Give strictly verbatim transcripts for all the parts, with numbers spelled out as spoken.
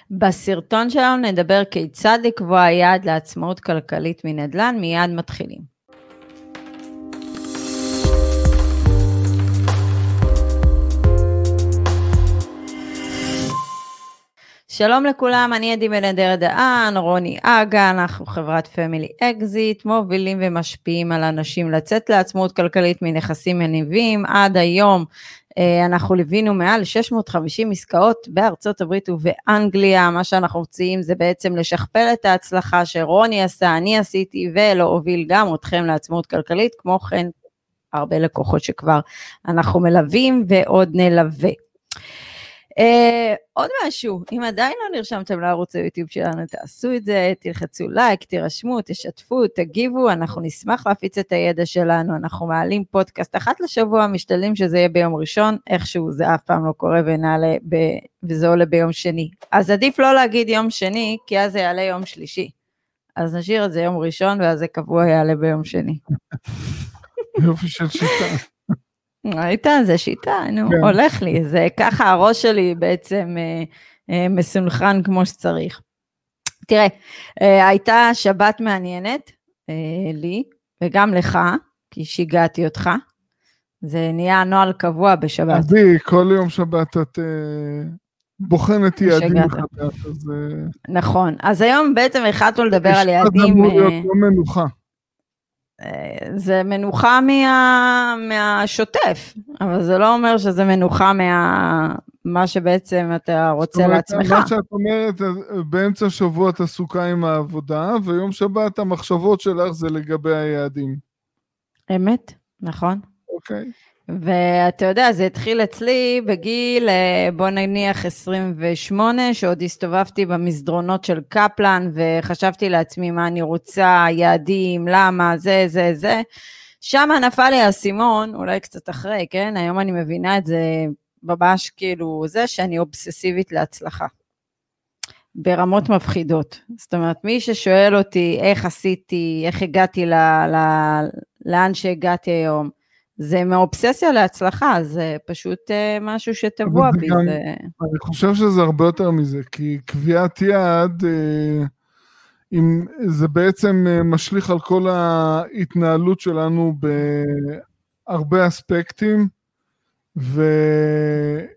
בסרטון שלנו נדבר כיצד לקבוע יעד לעצמאות כלכלית מנדל"ן, מיד מתחילים. שלום לכולם, אני עדי מלנדר דהן, רוני אגה, אנחנו חברת פמילי אקזיט, מובילים ומשפיעים על אנשים לצאת לעצמאות כלכלית מנכסים מניבים. עד היום אנחנו ליווינו מעל שש מאות וחמישים עסקאות בארצות הברית ובאנגליה. מה שאנחנו רוצים זה בעצם לשכפל את ההצלחה שרוני עשה, אני עשיתי, ולהוביל גם אתכם לעצמאות כלכלית, כמו כן הרבה לקוחות שכבר אנחנו מלווים ועוד נלווה. Uh, עוד משהו, אם עדיין לא נרשמתם לערוץ היוטיוב שלנו, תעשו את זה, תלחצו לייק, תירשמו, תשתפו, תגיבו, אנחנו נשמח להפיץ את הידע שלנו, אנחנו מעלים פודקאסט אחת לשבוע, משתדלים שזה יהיה ביום ראשון, איכשהו זה אף פעם לא קורה ונעלה ב... וזה עולה ביום שני, אז עדיף לא להגיד יום שני, כי אז זה יעלה יום שלישי, אז נשאיר את זה יום ראשון, ואז זה קבוע יעלה ביום שני. יופי של שיטה. ראית? זה שיטה, נו, כן. הולך לי, זה ככה הראש שלי בעצם אה, אה, מסונכרן כמו שצריך. תראה, אה, הייתה שבת מעניינת אה, לי, וגם לך, כי שיגעתי אותך, זה נהיה נועל קבוע בשבת. עדי, כל יום שבת את אה, בוחנת יעדים מחדש. אז... נכון, אז היום בעצם החלטנו לדבר על יעדים... יש אמור להיות לא מנוחה. זה מנוחה מה, מהשוטף, אבל זה לא אומר שזה מנוחה מה, מה שבעצם אתה רוצה אומרת, לעצמך. מה שאת אומרת, באמצע שבוע את עסוקה עם העבודה, ויום שבת המחשבות שלך זה לגבי היעדים. אמת, נכון. אוקיי. ואתה יודע, זה התחיל אצלי בגיל, בוא נניח עשרים ושמונה, שעוד הסתובבתי במסדרונות של קפלן, וחשבתי לעצמי מה אני רוצה, יעדים, למה, זה, זה, זה. שם נפל לי הסימון, אולי קצת אחרי, כן? היום אני מבינה את זה ממש כאילו, זה שאני אובססיבית להצלחה. ברמות מפחידות. זאת אומרת, מי ששואל אותי איך עשיתי, איך הגעתי ל, ל, לאן שהגעתי היום, זה מאובססיה להצלחה, זה פשוט משהו שטבוע בי. גם, זה... אני חושב שזה הרבה יותר מזה, כי קביעת יעד, אם זה בעצם משליך על כל ההתנהלות שלנו בהרבה אספקטים, ואם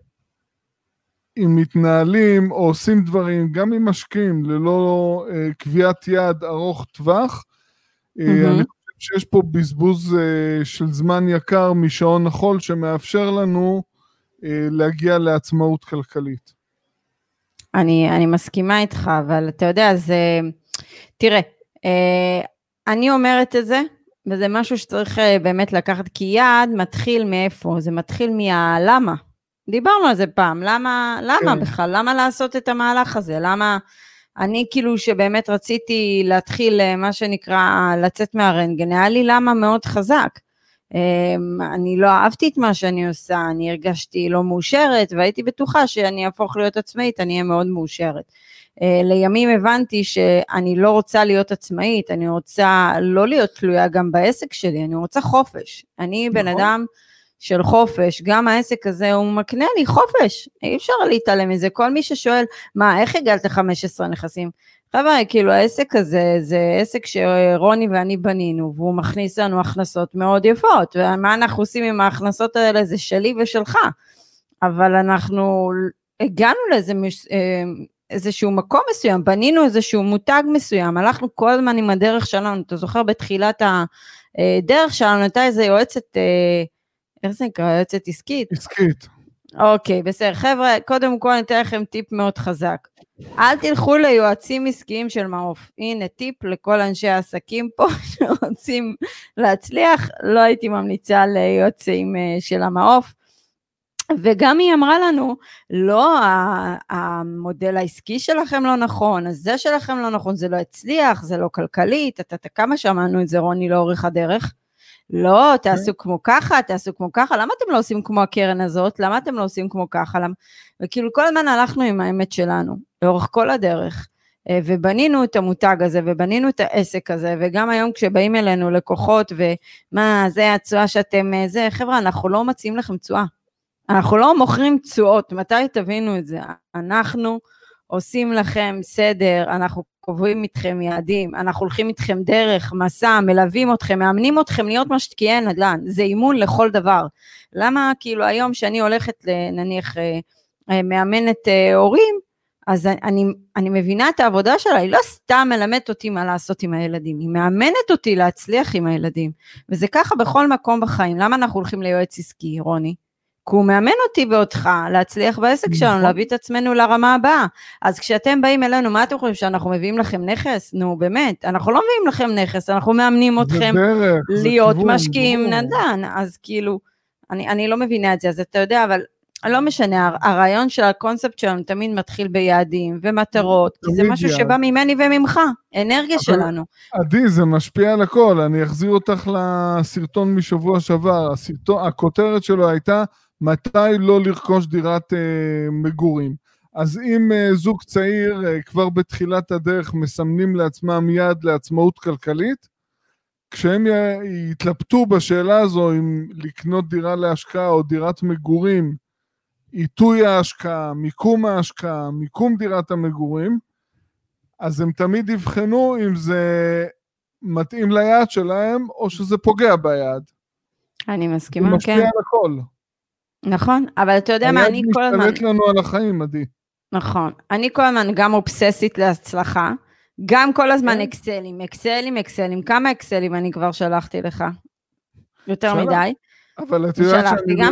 מתנהלים או עושים דברים, גם אם משקיעים ללא קביעת יעד ארוך טווח, mm-hmm. אני חושב שיש פה בזבוז uh, של זמן יקר משעון החול, שמאפשר לנו uh, להגיע לעצמאות כלכלית. אני, אני מסכימה איתך, אבל אתה יודע, זה, תראה, uh, אני אומרת את זה, וזה משהו שצריך uh, באמת לקחת, כי יעד מתחיל מאיפה, זה מתחיל מהלמה, דיברנו על זה פעם, למה, למה כן. בכלל, למה לעשות את המהלך הזה, למה... אני כאילו שבאמת רציתי להתחיל מה שנקרא לצאת מהרנטגן, היה לי למה מאוד חזק, אני לא אהבתי את מה שאני עושה, אני הרגשתי לא מאושרת, והייתי בטוחה שאני אהפוך להיות עצמאית, אני אהיה מאוד מאושרת. לימים הבנתי שאני לא רוצה להיות עצמאית, אני רוצה לא להיות תלויה גם בעסק שלי, אני רוצה חופש, אני בן אדם של חופש, גם העסק הזה הוא מקנה לי חופש, אי אפשר להתעלם מזה, כל מי ששואל, מה, איך הגעת ל-חמישה עשר נכסים? חבר'ה, כאילו העסק הזה, זה עסק שרוני ואני בנינו, והוא מכניס לנו הכנסות מאוד יפות, ומה אנחנו עושים עם ההכנסות האלה, זה שלי ושלך, אבל אנחנו הגענו לאיזה איזשהו מקום מסוים, בנינו איזשהו מותג מסוים, הלכנו כל הזמן עם הדרך שלנו, אתה זוכר בתחילת הדרך שלנו, הייתה איזה יועצת, איך זה נקרא? יועצת עסקית? עסקית. אוקיי, בסדר. חבר'ה, קודם כל אני אתן לכם טיפ מאוד חזק. אל תלכו ליועצים עסקיים של מעוף. הנה טיפ לכל אנשי העסקים פה שרוצים להצליח. לא הייתי ממליצה ליועצים של המעוף. וגם היא אמרה לנו, לא, המודל העסקי שלכם לא נכון, הזה שלכם לא נכון, זה לא הצליח, זה לא כלכלית, אתה, אתה, כמה שמענו את זה רוני לאורך הדרך? לא, תעשו כמו ככה, תעשו כמו ככה, למה אתם לא עושים כמו הקרן הזאת, למה אתם לא עושים כמו ככה, למה? וכאילו כל הזמן הלכנו עם האמת שלנו, לאורך כל הדרך, ובנינו את המותג הזה, ובנינו את העסק הזה, וגם היום כשבאים אלינו לקוחות, ומה, זה הצועה שאתם, זה, חבר'ה, אנחנו לא מציעים לכם צועה, אנחנו לא מוכרים צועות, מתי תבינו את זה? אנחנו עושים לכם סדר, אנחנו קובעים איתכם יעדים, אנחנו הולכים איתכם דרך, מסע, מלווים אתכם, מאמנים אתכם להיות משקיעי נדל"ן, זה אימון לכל דבר. למה כאילו היום שאני הולכת נניח מאמנת הורים, אז אני, אני מבינה את העבודה שלה, היא לא סתם מלמדת אותי מה לעשות עם הילדים, היא מאמנת אותי להצליח עם הילדים, וזה ככה בכל מקום בחיים. למה אנחנו הולכים ליועץ עסקי, רוני? כי הוא מאמן אותי ואותך להצליח בעסק שלנו, להביא את עצמנו לרמה הבאה. אז כשאתם באים אלינו, מה אתם חושבים, שאנחנו מביאים לכם נכס? נו, באמת, אנחנו לא מביאים לכם נכס, אנחנו מאמנים אתכם להיות משקיעים נדל"ן, אז כאילו, אני, אני לא מבינה את זה, אז אתה יודע, אבל לא משנה, הרעיון של הקונספט שלנו תמיד מתחיל ביעדים ומטרות, כי זה משהו שבא ממני וממך, אנרגיה שלנו. עדי, זה משפיע על הכל, אני אחזיר אותך לסרטון משבוע שעבר, הסרטון, הכותרת שלו הייתה, מתי לא לרכוש דירת אה, מגורים. אז אם אה, זוג צעיר אה, כבר בתחילת הדרך מסמנים לעצמם יד לעצמאות כלכלית, כשהם יתלבטו בשאלה הזו אם לקנות דירה להשקעה או דירת מגורים, עיתוי ההשקעה, מיקום ההשקעה, מיקום דירת המגורים, אז הם תמיד יבחנו אם זה מתאים ליעד שלהם או שזה פוגע ביעד. אני מסכימה, כן. זה משפיע על הכל. נכון, אבל אתה יודע מה, אני כל הזמן... היד משתלט לנו על החיים, עדי. נכון, אני כל הזמן גם אובססית להצלחה, גם כל הזמן אקסלים, אקסלים, אקסלים, כמה אקסלים אני כבר שלחתי לך? יותר מדי. אבל את יודעת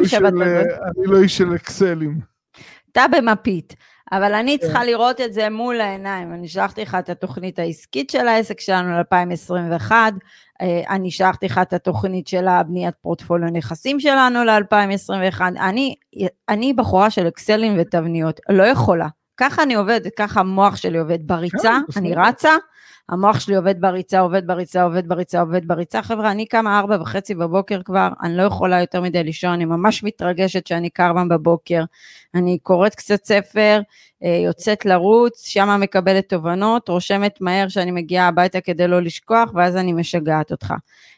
שאני לא איש של אקסלים. אתה במפית, אבל אני צריכה לראות את זה מול העיניים. אני שלחתי לך את התוכנית העסקית של העסק שלנו ל-אלפיים עשרים ואחת, אני שלחתי לך את התוכנית של הבניית פורטפוליו נכסים שלנו ל-אלפיים עשרים ואחת, אני, אני בחורה של אקסלים ותבניות, לא יכולה. ככה אני עובדת, ככה המוח שלי עובד בריצה, אני רצה, המוח שלי עובד בריצה, עובד בריצה, עובד בריצה, עובד בריצה, חבר'ה, אני קמה ארבע וחצי בבוקר כבר, אני לא יכולה יותר מדי לישון, אני ממש מתרגשת שאני קמה בבוקר, אני קוראת קצת ספר, יוצאת לרוץ, שמה מקבלת תובנות, רושמת מהר שאני מגיעה הביתה כדי לא לשכוח, ואז אני משגעת אותך.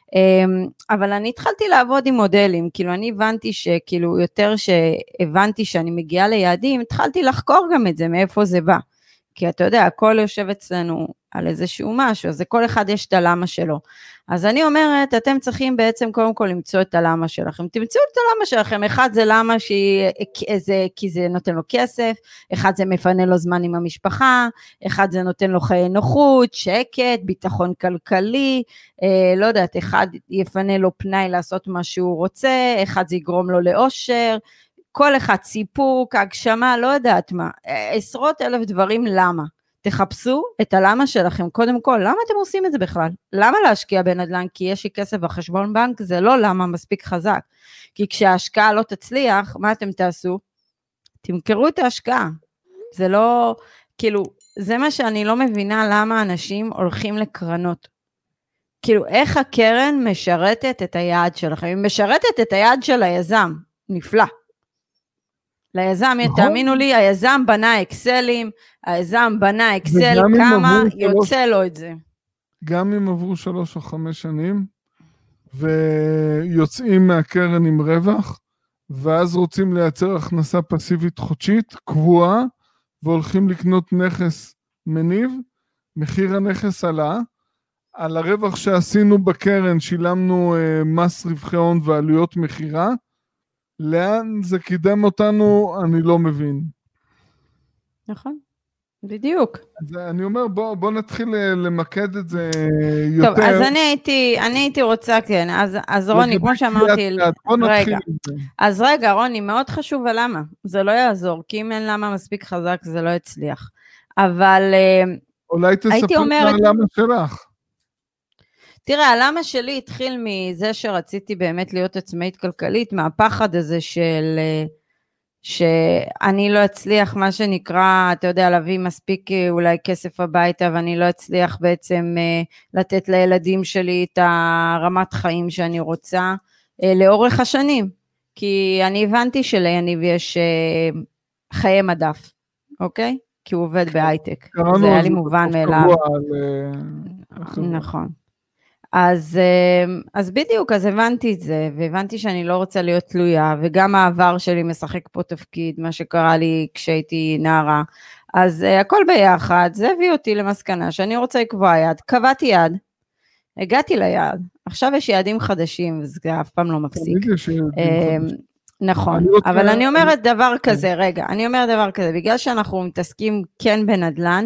אבל אני התחלתי לעבוד עם מודלים, כאילו אני הבנתי שכאילו יותר שהבנתי שאני מגיעה ליעדים, התחלתי לחקור גם את זה, מאיפה זה בא. כי אתה יודע, הכל יושב אצלנו על איזשהו משהו, אז לכל אחד יש את הלמה שלו. אז אני אומרת, אתם צריכים בעצם קודם כל למצוא את הלמה שלכם. תמצאו את הלמה שלכם, אחד זה למה שהיא, זה, כי זה נותן לו כסף, אחד זה מפנה לו זמן עם המשפחה, אחד זה נותן לו חיי נוחות, שקט, ביטחון כלכלי, אה, לא יודעת, אחד יפנה לו פנאי לעשות מה שהוא רוצה, אחד זה יגרום לו לאושר, כל אחד סיפוק, הגשמה, לא יודעת מה, עשרות אלף דברים, למה? תחפשו את הלמה שלכם, קודם כל, למה אתם עושים את זה בכלל? למה להשקיע בנדל"ן? כי יש לי כסף בחשבון בנק, זה לא למה מספיק חזק, כי כשההשקעה לא תצליח, מה אתם תעשו? תמכרו את ההשקעה, זה לא, כאילו, זה מה שאני לא מבינה, למה אנשים הולכים לקרנות, כאילו, איך הקרן משרתת את היעד שלכם? היא משרתת את היעד של היזם, נפלא. ליזם, תאמינו לי, היזם בנה אקסלים, היזם בנה אקסל, כמה יוצא לו את זה. גם אם עברו שלוש או חמש שנים, ויוצאים מהקרן עם רווח, ואז רוצים לייצר הכנסה פסיבית חודשית, קבועה, והולכים לקנות נכס מניב, מחיר הנכס עלה, על הרווח שעשינו בקרן, שילמנו מס רווחי הון ועלויות מחירה, לאן זה קידם אותנו, אני לא מבין. נכון, בדיוק. אז אני אומר, בוא, בוא נתחיל למקד את זה יותר. טוב, אז אני הייתי, אני הייתי רוצה, כן, אז, אז רוני, כמו שאמרתי, רגע, אז רגע, רוני, מאוד חשוב ולמה, זה לא יעזור, כי אם אין למה מספיק חזק, זה לא יצליח. אבל, אולי תספר אומרת, למה שלך. תראה, הלמה שלי התחיל מזה שרציתי באמת להיות עצמאית כלכלית, מהפחד הזה של, שאני לא אצליח מה שנקרא, אתה יודע, להביא מספיק אולי כסף הביתה, ואני לא אצליח בעצם לתת לילדים שלי את הרמת חיים שאני רוצה, לאורך השנים, כי אני הבנתי שליניב יש חיי מדף, אוקיי? כי הוא עובד בהייטק, זה היה לי מובן מאליו. נכון. אז, אז בדיוק, אז הבנתי את זה, והבנתי שאני לא רוצה להיות תלויה, וגם העבר שלי משחק פה תפקיד, מה שקרה לי כשהייתי נערה, אז uh, הכל ביחד, זה הביא אותי למסקנה שאני רוצה לקבוע יעד, קבעתי יעד, הגעתי ליעד, עכשיו יש יעדים חדשים, וזה אף פעם לא מפסיק. נכון, אבל אני אומרת דבר כזה, רגע, אני אומרת דבר כזה, בגלל שאנחנו מתעסקים כן בנדל"ן,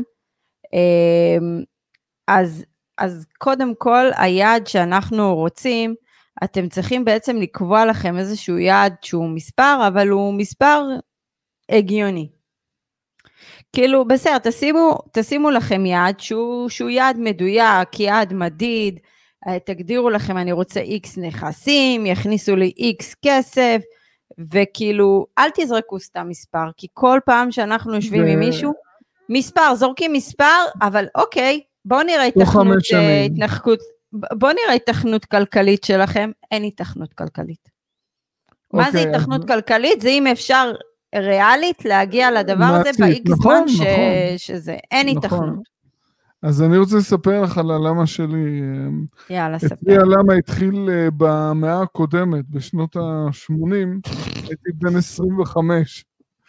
אז, אז קודם כל, היעד שאנחנו רוצים, אתם צריכים בעצם לקבוע לכם איזשהו יעד שהוא מספר, אבל הוא מספר הגיוני. כאילו, בסדר, תשימו, תשימו לכם יעד שהוא, שהוא יעד מדויק, יעד מדיד, תגדירו לכם, אני רוצה X נכסים, יכניסו לי X כסף, וכאילו, אל תזרקו סתם מספר, כי כל פעם שאנחנו יושבים עם מישהו, מספר, זורקים מספר, אבל אוקיי, בואו נראה התכנות, התנחקות, בואו נראה התכנות כלכלית שלכם, אין התכנות כלכלית. מה זה התכנות כלכלית? זה אם אפשר ריאלית להגיע לדבר הזה, ב-X זמן שזה, אין התכנות. אז אני רוצה לספר לך על הלמה שלי. יאללה, ספר. אצלי הלמה התחיל במאה הקודמת, בשנות ה-שמונים, הייתי בן עשרים וחמש,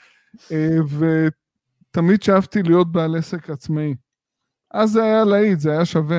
ותמיד שאפתי להיות בעל עסק עצמאי. אז זה היה להיט, זה היה שווה.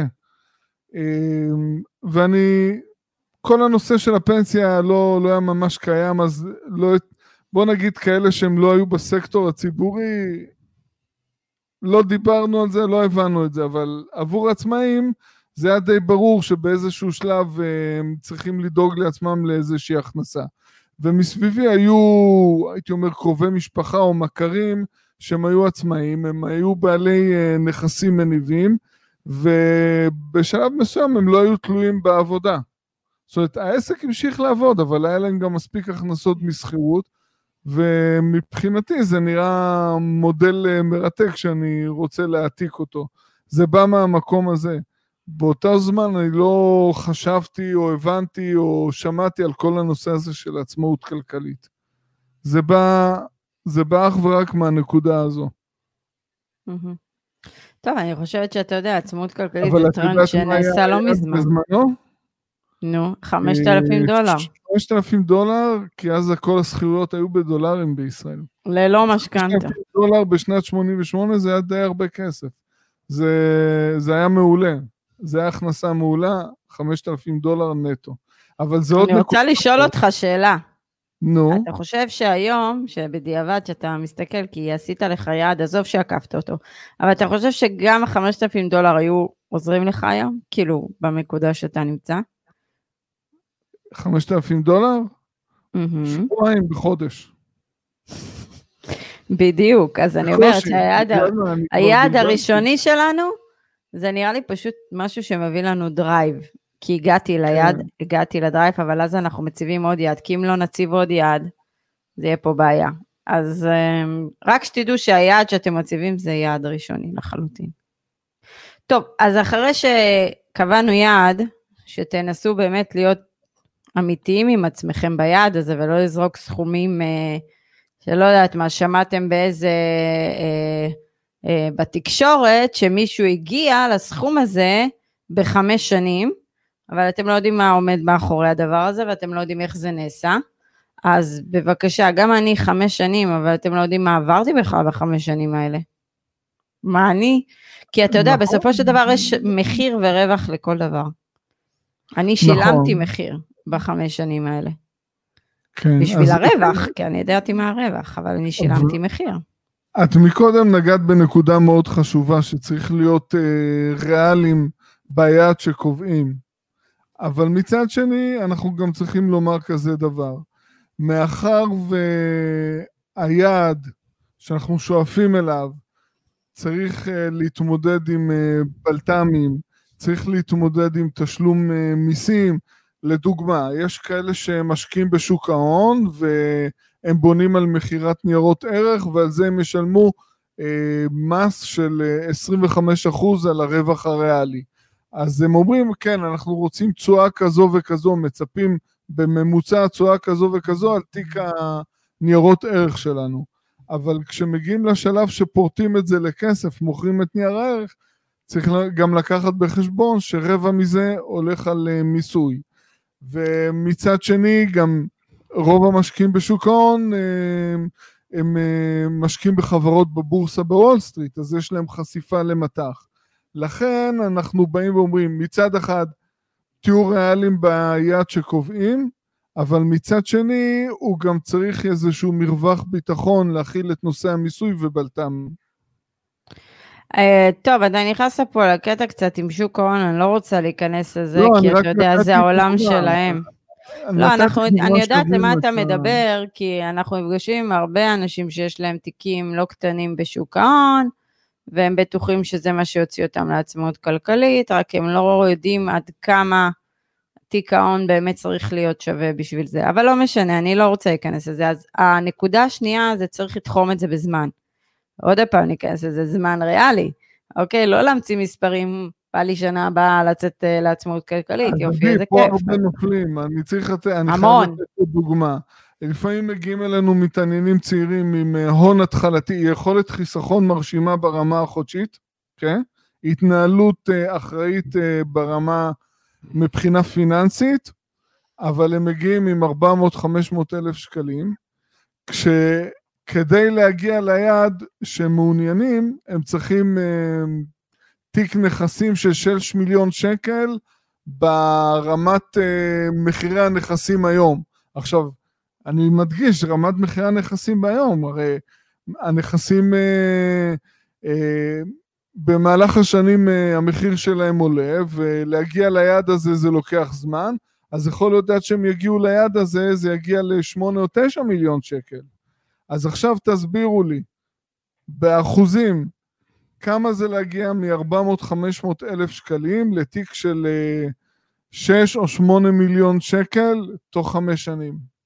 ואני, כל הנושא של הפנסיה לא, לא היה ממש קיים, אז לא, בוא נגיד כאלה שהם לא היו בסקטור הציבורי, לא דיברנו על זה, לא הבנו את זה, אבל עבור עצמאים זה היה די ברור שבאיזשהו שלב הם צריכים לדאוג לעצמם לאיזושהי הכנסה. ומסביבי היו, הייתי אומר, קרובי משפחה או מכרים שהם היו עצמאים, הם היו בעלי נכסים מניבים, ובשלב מסוים הם לא היו תלויים בעבודה. זאת אומרת, העסק המשיך לעבוד, אבל היה להם גם מספיק הכנסות מסחירות, ומבחינתי זה נראה מודל מרתק שאני רוצה להעתיק אותו. זה בא מהמקום הזה. באותו זמן אני לא חשבתי או הבנתי או שמעתי על כל הנושא הזה של עצמאות כלכלית. זה בא, זה בא אך ורק מהנקודה הזו. טוב, אני חושבת שאתה יודע, עצמאות כלכלית זה טרנד שנעשה לא מזמן. בזמנו? נו, חמשת אלפים דולר. חמשת אלפים דולר, כי אז כל השכירויות היו בדולרים בישראל. ללא משכנתה. חמשת אלפים דולר בשנת שמונים ושמונה זה היה די הרבה כסף. זה, זה היה מעולה. זה היה הכנסה מעולה, חמשת אלפים דולר נטו. אבל זה עוד... אני רוצה לשאול אותך שאלה. נו. אתה חושב שהיום, שבדיעבד שאתה מסתכל, כי עשית לך יעד, עזוב שעקפת אותו, אבל אתה חושב שגם ה-חמשת אלפים דולר היו עוזרים לך היום? כאילו, במקודה שאתה נמצא? חמשת אלפים דולר? שבועיים בחודש. בדיוק, אז אני אומרת שהיעד הראשוני שלנו, זה נראה לי פשוט משהו שמביא לנו דרייב, כי הגעתי ליעד, הגעתי לדרייב, אבל אז אנחנו מציבים עוד יעד, כי אם לא נציב עוד יעד, זה יהיה פה בעיה. אז רק שתדעו שהיעד שאתם מציבים זה יעד ראשוני לחלוטין. טוב, אז אחרי שקבענו יעד, שתנסו באמת להיות אמיתיים עם עצמכם ביעד הזה, ולא לזרוק סכומים שלא יודעת מה, שמעתם באיזה, אה, אה, בתקשורת, שמישהו הגיע לסכום הזה בחמש שנים, אבל אתם לא יודעים מה עומד מאחורי הדבר הזה, ואתם לא יודעים איך זה נעשה, אז בבקשה, גם אני חמש שנים, אבל אתם לא יודעים מה עברתי בכלל בחמש שנים האלה. מה אני? כי אתה יודע, בסופו של דבר יש מחיר ורווח לכל דבר. אני שילמתי מחיר בחמש שנים האלה. כן, בשביל אז... הרווח, כי אני ידעתי מה הרווח, אבל אני שילמתי מחיר. את מקודם נגעת בנקודה מאוד חשובה, שצריך להיות אה, ריאליים ביעד שקובעים, אבל מצד שני, אנחנו גם צריכים לומר כזה דבר, מאחר והיעד שאנחנו שואפים אליו, צריך אה, להתמודד עם אה, בלת"מים, צריך להתמודד עם תשלום אה, מיסים, לדוגמה, יש כאלה שמשקיעים בשוק ההון, והם בונים על מחירת ניירות ערך, ועל זה הם ישלמו אה, מס של עשרים וחמישה אחוז על הרווח הריאלי. אז הם אומרים, כן, אנחנו רוצים תשואה כזו וכזו, מצפים בממוצע תשואה כזו וכזו, על תיק הניירות ערך שלנו. אבל כשמגיעים לשלב שפורטים את זה לכסף, מוכרים את נייר הערך, צריך גם לקחת בחשבון שרבע מזה הולך על מיסוי. ומצד שני גם רוב המשקיעים בשוק ההון הם משקיעים בחברות בבורסה בוול סטריט, אז יש להם חשיפה למטח. לכן אנחנו באים ואומרים, מצד אחד, תהיו ריאליים ביעד שקובעים, אבל מצד שני, הוא גם צריך איזשהו מרווח ביטחון להכיל את נושא המיסוי ובלתם. טוב, אתה נכנס פה לקטע קצת עם שוק ההון, אני לא רוצה להיכנס לזה, כי אתה יודע, זה העולם שלהם. לא, אני יודעת למה אתה מדבר, כי אנחנו נפגשים עם הרבה אנשים שיש להם תיקים לא קטנים בשוק ההון, והם בטוחים שזה מה שיוציא אותם לעצמאות כלכלית, רק הם לא יודעים עד כמה תיק ההון באמת צריך להיות שווה בשביל זה. אבל לא משנה, אני לא רוצה להיכנס לזה. אז הנקודה השנייה, זה צריך לתחום את זה בזמן. עוד הפעם ניכנס לזה, זמן ריאלי. אוקיי, לא להמציא מספרים, בא לי שנה הבאה לצאת לעצמאות כלכלית, יופי, איזה כיף. פה הרבה נופלים, אני צריך לתת, אני חייב לתת דוגמה. לפעמים מגיעים אלינו מתעניינים צעירים עם הון התחלתי, יכולת חיסכון מרשימה ברמה החודשית, כן? התנהלות אחראית ברמה מבחינה פיננסית, אבל הם מגיעים עם ארבע מאות עד חמש מאות אלף שקלים, כשכדי להגיע ליעד שמעוניינים, הם צריכים תיק נכסים של שש מיליון שקל, ברמת מחירי הנכסים היום. עכשיו, אני מדגיש, רמת מחירי הנכסים ביום, הרי הנכסים אה, אה, במהלך השנים אה, המחיר שלהם עולה, ולהגיע ליעד הזה זה לוקח זמן, אז יכול להיות עד שהם יגיעו ליעד הזה, זה יגיע לשמונה או תשע מיליון שקל. אז עכשיו תסבירו לי, באחוזים, כמה זה להגיע מ-ארבע מאות עד חמש מאות אלף שקלים, לתיק של אה, שש או שמונה מיליון שקל, תוך חמש שנים.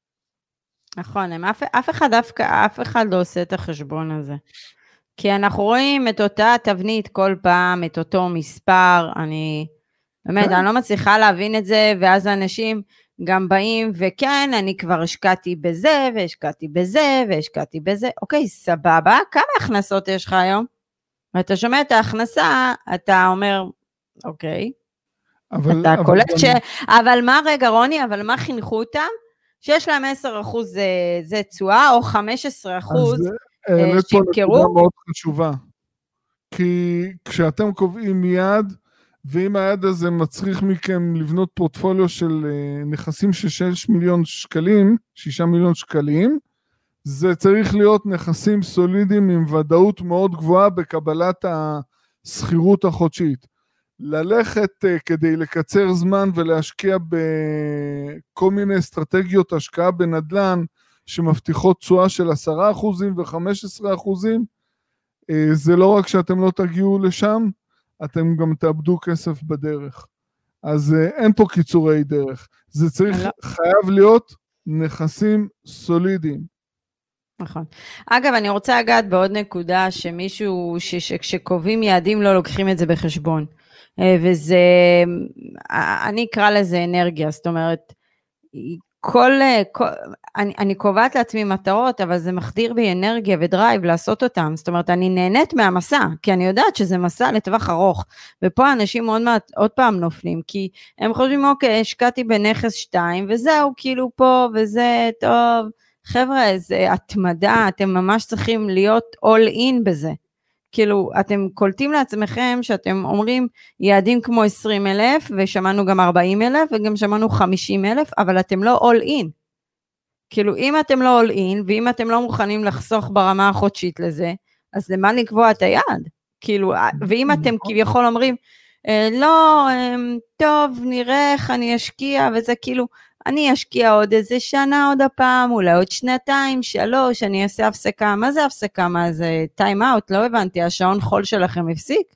נכון, הם, אף, אף, אחד, אף, אף אחד לא עושה את החשבון הזה. כי אנחנו רואים את אותה תבנית כל פעם, את אותו מספר, אני באמת, אני לא מצליחה להבין את זה, ואז האנשים גם באים, וכן, אני כבר השקעתי בזה, והשקעתי בזה, והשקעתי בזה, אוקיי, סבבה, כמה הכנסות יש לך היום? ואתה שומע את ההכנסה, אתה אומר, אוקיי, אבל, אתה אבל קולט גם... ש... אבל מה, רגע רוני, אבל מה חינכו אותם? שיש להם עשרה אחוז זה, זה צועה, או חמישה עשר אחוז שימכרו. פה נקודה מאוד חשובה. כי כשאתם קובעים יעד, ואם היעד הזה מצריך מכם לבנות פורטפוליו של נכסים של שש מיליון שקלים, שישה מיליון שקלים, זה צריך להיות נכסים סולידיים עם ודאות מאוד גבוהה בקבלת הסחירות החודשית. ללכת uh, כדי לקצר זמן ולהשקיע בכל מיני אסטרטגיות השקעה בנדלן שמבטיחות תשואה של עשרה אחוזים ו-חמישה עשר אחוזים, uh, זה לא רק שאתם לא תגיעו לשם, אתם גם תאבדו כסף בדרך. אז uh, אין פה קיצורי דרך. זה צריך, חייב להיות נכסים סולידיים. נכון. אגב, אני רוצה לגעת בעוד נקודה שמישהו, שכשקובעים יעדים לא לוקחים את זה בחשבון. וזה, אני אקרא לזה אנרגיה, זאת אומרת, כל, כל אני, אני קובעת לעצמי מטרות, אבל זה מחדיר בי אנרגיה ודרייב לעשות אותם, זאת אומרת, אני נהנית מהמסע, כי אני יודעת שזה מסע לטווח ארוך, ופה אנשים עוד, מעט, עוד פעם נופלים, כי הם חושבים, אוקיי, השקעתי בנכס שתיים, וזהו, כאילו פה, וזה טוב, חבר'ה, זה התמדה, אתם ממש צריכים להיות all in בזה, כאילו, אתם קולטים לעצמכם שאתם אומרים יעדים כמו עשרים אלף, ושמענו גם ארבעים אלף, וגם שמענו חמישים אלף, אבל אתם לא all in. כאילו, אם אתם לא all in, ואם אתם לא מוכנים לחסוך ברמה החודשית לזה, אז למה לקבוע את היעד? כאילו, ואם אתם כביכול אומרים, לא, טוב, נראה איך אני אשקיע, וזה כאילו, אני אשקיע עוד איזה שנה עוד הפעם, אולי עוד שנתיים, שלוש, אני אעשה הפסקה. מה זה הפסקה? מה זה טיים אאוט? לא הבנתי, השעון חול שלכם הפסיק?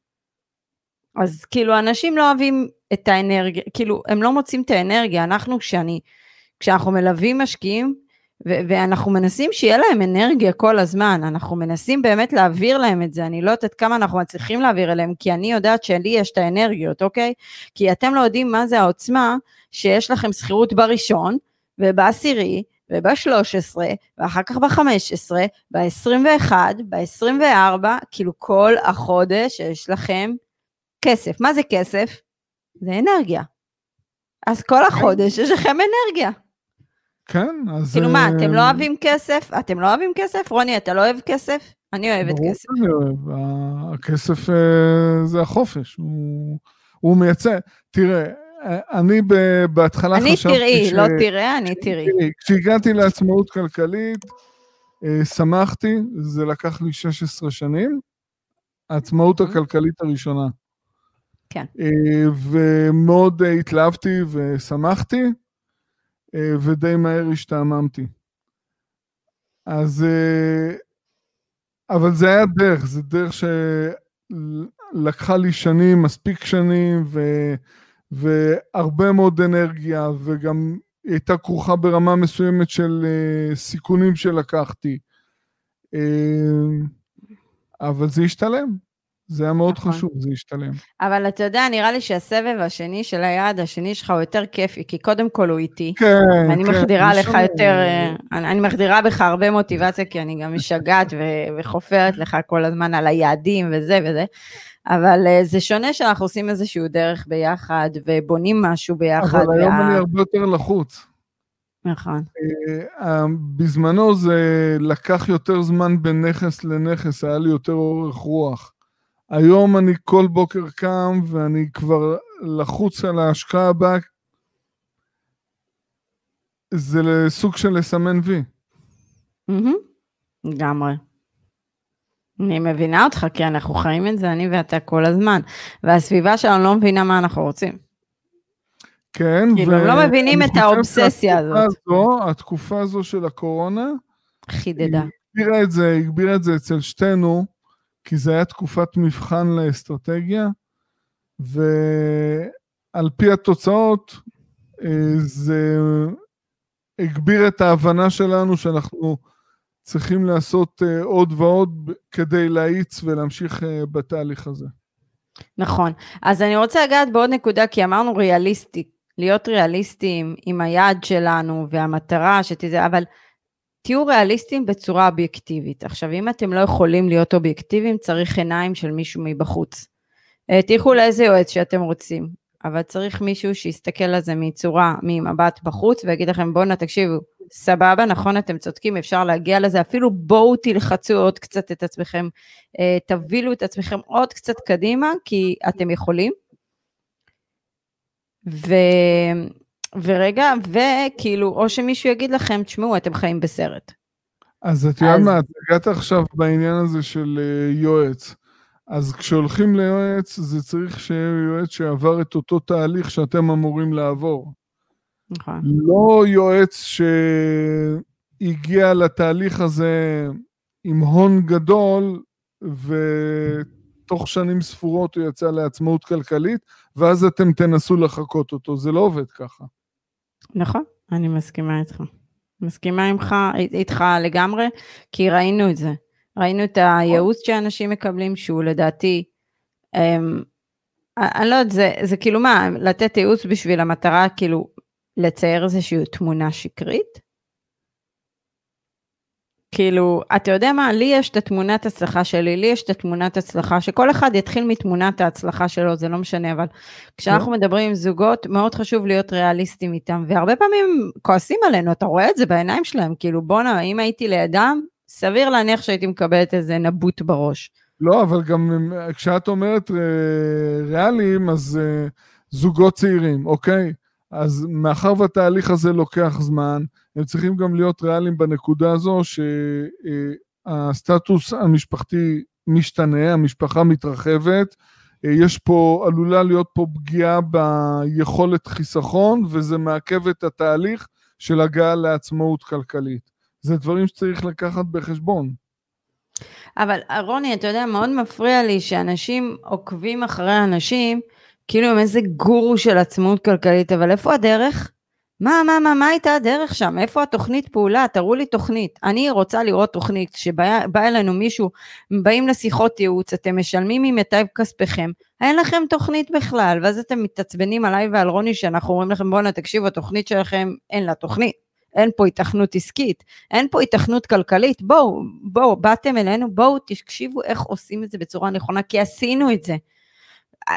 אז כאילו, אנשים לא אוהבים את האנרגיה, כאילו, הם לא מוצאים את האנרגיה. אנחנו, כשאני, כשאנחנו מלווים משקיעים, ו- ואנחנו מנסים שיהיה להם אנרגיה כל הזמן, אנחנו מנסים באמת להעביר להם את זה, אני לא יודעת כמה אנחנו מצליחים להעביר אליהם, כי אני יודעת שלי יש את האנרגיות, אוקיי? כי אתם לא יודעים מה זה העוצמה, שיש לכם שכירות בראשון, ובעשירי, ובשלוש עשרה, ואחר כך בחמש עשרה, ב-עשרים ואחת, ב-עשרים וארבע, כאילו כל החודש יש לכם כסף. מה זה כסף? זה אנרגיה. אז כל החודש יש לכם אנרגיה. כן, אז... כאילו מה, אתם לא אוהבים כסף? אתם לא אוהבים כסף? רוני, אתה לא אוהב כסף? אני אוהבת כסף. ברור שאני אוהב, הכסף זה החופש, הוא, הוא מייצא, תראה, אני בהתחלה אני חשבתי תראי, ש... לא תראה, אני תראי. כשהגעתי לעצמאות כלכלית, שמחתי, זה לקח לי שש עשרה שנים, העצמאות הכלכלית הראשונה. כן. ומאוד התלהבתי ושמחתי, ודי מהר השתעממתי. אז... אבל זה היה דרך, זה דרך שלקחה לי שנים, מספיק שנים, ו... והרבה מאוד אנרגיה, וגם הייתה כרוכה ברמה מסוימת של uh, סיכונים שלקחתי. Uh, אבל זה השתלם, זה היה מאוד נכון. חשוב, זה השתלם. אבל אתה יודע, נראה לי שהסבב השני של היעד, השני שלך הוא יותר כיפי, כי קודם כל הוא איתי. כן, ואני כן. מחדירה לך יותר, אני, אני מחדירה בך הרבה מוטיבציה, כי אני גם משגעת ו- וחופרת לך כל הזמן על היעדים וזה וזה. אבל זה שונה שאנחנו עושים איזשהו דרך ביחד, ובונים משהו ביחד. אבל היום וה... אני הרבה יותר לחוץ. נכון. בזמנו זה לקח יותר זמן בין נכס לנכס, היה לי יותר אורך רוח. היום אני כל בוקר קם, ואני כבר לחוץ על ההשקעה הבאה, זה לסוג של לסמן וי. גמרי. אני מבינה אותך, כי אנחנו חיים את זה, אני ואתה כל הזמן, והסביבה שלנו לא מבינה מה אנחנו רוצים. כן, כאילו, הם לא מבינים את האובססיה הזאת. הזו, התקופה הזו של הקורונה, חידדה. הגבירה את זה, הגבירה את זה אצל שתינו, כי זה היה תקופת מבחן לאסטרטגיה, ועל פי התוצאות, זה הגביר את ההבנה שלנו שאנחנו צריכים לעשות עוד ועוד כדי להאיץ ולהמשיך בתהליך הזה. נכון. אז אני רוצה לגעת בעוד נקודה, כי אמרנו ריאליסטי, להיות ריאליסטיים עם היעד שלנו והמטרה שתזה, אבל תהיו ריאליסטיים בצורה אובייקטיבית. עכשיו, אם אתם לא יכולים להיות אובייקטיביים, צריך עיניים של מישהו מבחוץ. תלכו לאיזה יועץ שאתם רוצים, אבל צריך מישהו שיסתכל על זה מצורה, ממבט בחוץ, ויגיד לכם, בואו תקשיבו, סבבה, נכון, אתם צודקים, אפשר להגיע לזה, אפילו בואו תלחצו עוד קצת את עצמכם, תבילו את עצמכם עוד קצת קדימה, כי אתם יכולים. ו... ורגע, וכאילו, או שמישהו יגיד לכם, תשמעו, אתם חיים בסרט. אז את יודעת מה, את הגעת עכשיו בעניין הזה של יועץ. אז כשהולכים ליועץ, זה צריך שיהיה יועץ שעבר את אותו תהליך שאתם אמורים לעבור. נכון. לא יועץ שהגיע לתהליך הזה עם הון גדול, ותוך שנים ספורות הוא יצא לעצמאות כלכלית, ואז אתם תנסו לחכות אותו. זה לא עובד ככה. נכון, אני מסכימה איתך. מסכימה איתך, איתך לגמרי, כי ראינו את זה. ראינו את הייעוץ שאנשים מקבלים, שהוא לדעתי, אני לא יודעת, זה, זה כאילו מה, לתת ייעוץ בשביל המטרה, כאילו, לצייר איזושהי תמונה שקרית? כאילו, אתה יודע מה, לי יש את התמונת הצלחה שלי, לי יש את התמונת הצלחה, שכל אחד יתחיל מתמונת ההצלחה שלו, זה לא משנה, אבל כשאנחנו מדברים עם זוגות, מאוד חשוב להיות ריאליסטים איתם, והרבה פעמים כועסים עלינו, אתה רואה את זה בעיניים שלהם, כאילו, בונה, אם הייתי לידם, סביר להניח שהייתי מקבלת איזה נבוט בראש. לא, אבל גם כשאת אומרת ריאליים, אז זוגות צעירים, אוקיי? אז מאחר והתהליך הזה לוקח זמן, הם צריכים גם להיות ריאליים בנקודה הזו, שהסטטוס המשפחתי משתנה, המשפחה מתרחבת, יש פה, עלולה להיות פה פגיעה ביכולת חיסכון, וזה מעכב את התהליך של הגעה לעצמאות כלכלית. זה דברים שצריך לקחת בחשבון. אבל רוני, אתה יודע, מאוד מפריע לי שאנשים עוקבים אחרי אנשים, כאילו הם איזה גורו של עצמאות כלכלית, אבל איפה הדרך? מה, מה, מה, מה הייתה הדרך שם? איפה התוכנית פעולה? תראו לי תוכנית. אני רוצה לראות תוכנית, שבא אלינו מישהו, באים לשיחות ייעוץ, אתם משלמים ממיטב כספכם, אין לכם תוכנית בכלל, ואז אתם מתעצבנים עליי ועל רוני, שאנחנו אומרים לכם, בואו תקשיבו, התוכנית שלכם, אין לה תוכנית. אין פה התכנות עסקית, אין פה התכנות כלכלית, בואו, בואו, באתם אלינו, בואו תקשיבו איך עושים את זה בצורה נכונה, כי עשינו את זה.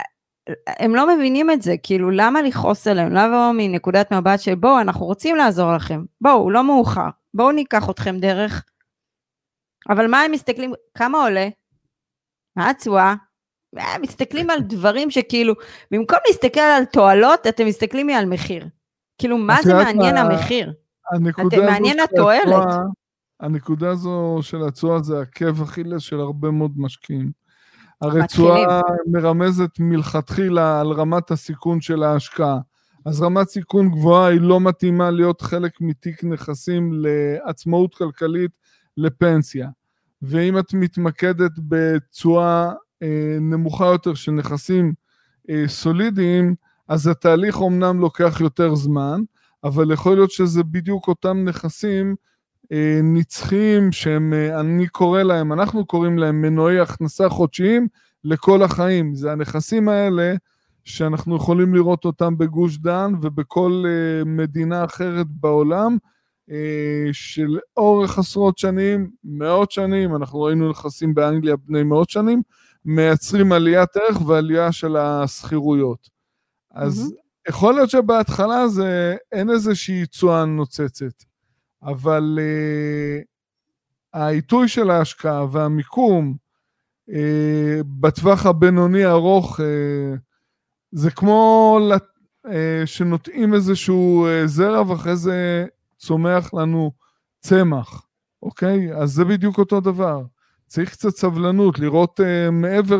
הם לא מבינים את זה, כאילו, למה לכעוס עליהם? למה מנקודת מבט של, בואו, אנחנו רוצים לעזור לכם, בואו, לא מאוחר, בואו ניקח אתכם דרך, אבל מה הם מסתכלים, כמה עולה? מה התשואה? הם מסתכלים על דברים שכאילו, במקום להסתכל על תועלות, אתם מסתכלים על מחיר. כאילו, מה זה מעניין המחיר? מעניין התועלת. הנקודה הזו של התשואה זה עקב אכילס של הרבה מאוד משקיעים. הרצועה מרמזת מלכתחילה על רמת הסיכון של ההשקעה. אז רמת סיכון גבוהה היא לא מתאימה להיות חלק מתיק נכסים לעצמאות כלכלית לפנסיה. ואם את מתמקדת בתשואה אה, נמוכה יותר של נכסים אה, סולידיים, אז התהליך אומנם לוקח יותר זמן, אבל יכול להיות שזה בדיוק אותם נכסים אה, נצחיים שהם, אה, אני קורא להם, אנחנו קוראים להם מנועי הכנסה חודשיים לכל החיים. זה הנכסים האלה שאנחנו יכולים לראות אותם בגוש דן ובכל אה, מדינה אחרת בעולם, של אורך עשרות שנים, מאות שנים, אנחנו ראינו נכסים באנגליה בני מאות שנים, מייצרים עליית ערך ועלייה של הסחירויות. אז mm-hmm. יכול להיות שבהתחלה זה אין איזושהי תשואה נוצצת, אבל uh, העיתוי של ההשקעה והמיקום uh, בטווח הבינוני ארוך, uh, זה כמו uh, שנוטעים איזשהו uh, זרע ואחרי זה צומח לנו צמח, אוקיי? אז זה בדיוק אותו דבר. צריך קצת סבלנות, לראות uh, מעבר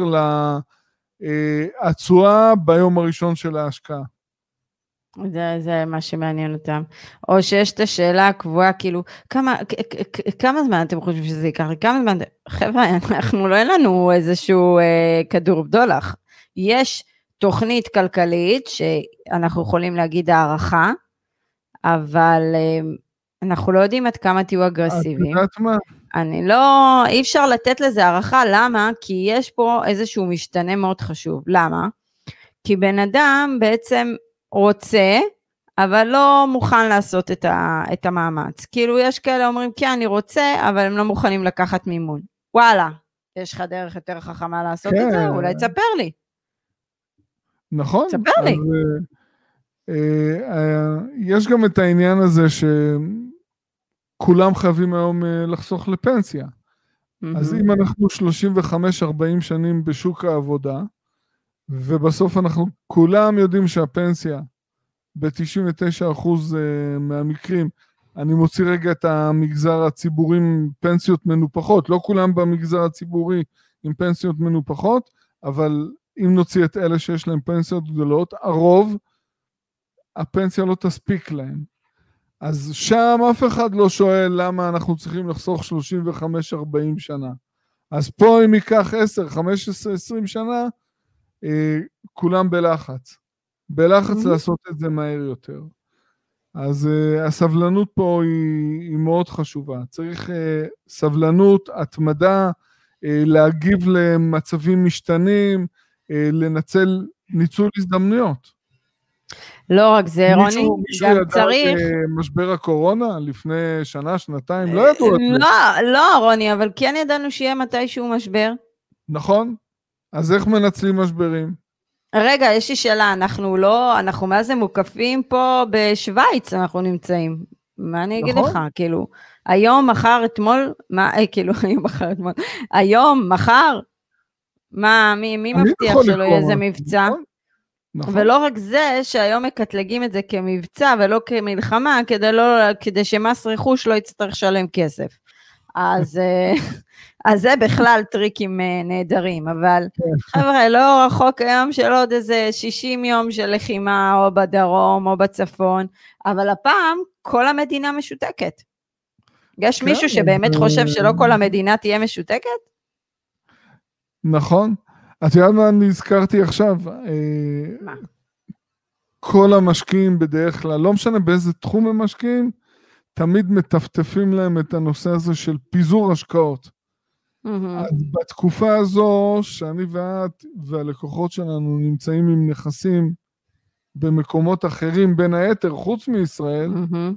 להצועה uh, ביום הראשון של ההשקעה. זה, זה מה שמעניין אותם. או שיש את השאלה הקבועה, כאילו, כמה, כמה זמן אתם חושבים שזה ייקח? כמה זמן? חבר'ה, אנחנו לא אין לנו איזשהו uh, כדור בדולח. יש תוכנית כלכלית שאנחנו יכולים להגיד הערכה, אבל אנחנו לא יודעים עד כמה תהיו אגרסיביים. את יודעת מה? אני לא, אי אפשר לתת לזה הערכה, למה? כי יש פה איזשהו משתנה מאוד חשוב. למה? כי בן אדם בעצם רוצה, אבל לא מוכן לעשות את, ה, את המאמץ. כאילו יש כאלה אומרים, כן, אני רוצה, אבל הם לא מוכנים לקחת מימון. וואלה, יש לך דרך יותר חכמה לעשות כן. את זה? אולי תספר לי. נכון. תספר לי. אז... יש גם את העניין הזה שכולם חייבים היום לחסוך לפנסיה. אז אם אנחנו שלושים וחמש ארבעים שנים בשוק העבודה, ובסוף אנחנו כולם יודעים שהפנסיה ב-תשעים ותשעה אחוז מהמקרים, אני מוציא רגע את המגזר הציבורי עם פנסיות מנופחות, לא כולם במגזר הציבורי עם פנסיות מנופחות, אבל אם נוציא את אלה שיש להם פנסיות גדולות, הרוב הפנסיה לא תספיק להם. אז שם אף אחד לא שואל למה אנחנו צריכים לחסוך שלושים וחמש ארבעים שנה. אז פה אם ייקח עשר, חמש עשרה, עשרים שנה, אה, כולם בלחץ. בלחץ mm-hmm. לעשות את זה מהר יותר. אז אה, הסבלנות פה היא, היא מאוד חשובה. צריך אה, סבלנות, התמדה, אה, להגיב למצבים משתנים, אה, לנצל ניצול הזדמנויות. לא רק זה, רוני, מישהו, מישהו גם צריך... משבר הקורונה לפני שנה, שנתיים, לא ידעו את זה. לא, לא, רוני, אבל כן ידענו שיהיה מתישהו משבר. נכון. אז איך מנצלים משברים? רגע, יש לי שאלה, אנחנו לא, אנחנו מה זה מוקפים פה בשוויץ, אנחנו נמצאים. מה אני אגיד לך? כאילו, היום, מחר, אתמול, מה, כאילו, היום, מחר, אתמול, היום, מחר, מה, מי, מי מבטיח שלא יהיה איזה מבצע? נכון. ולא רק זה שהיום מקטלגים את זה כמבצע ולא כמלחמה, כדי, לא, כדי שמס רכוש לא יצטרך שלם כסף. אז, אז זה בכלל טריקים נהדרים, אבל חבר'ה, לא רחוק היום של עוד איזה שישים יום של לחימה או בדרום או בצפון, אבל הפעם כל המדינה משותקת. יש כן, מישהו שבאמת זה... חושב שלא כל המדינה תהיה משותקת? נכון. את יודעת מה אני הזכרתי עכשיו? מה? כל המשקיעים בדרך כלל, לא משנה באיזה תחום הם משקיעים, תמיד מטפטפים להם את הנושא הזה של פיזור השקעות. אז בתקופה הזו, שאני ואת והלקוחות שלנו נמצאים עם נכסים במקומות אחרים, בין היתר, חוץ מישראל,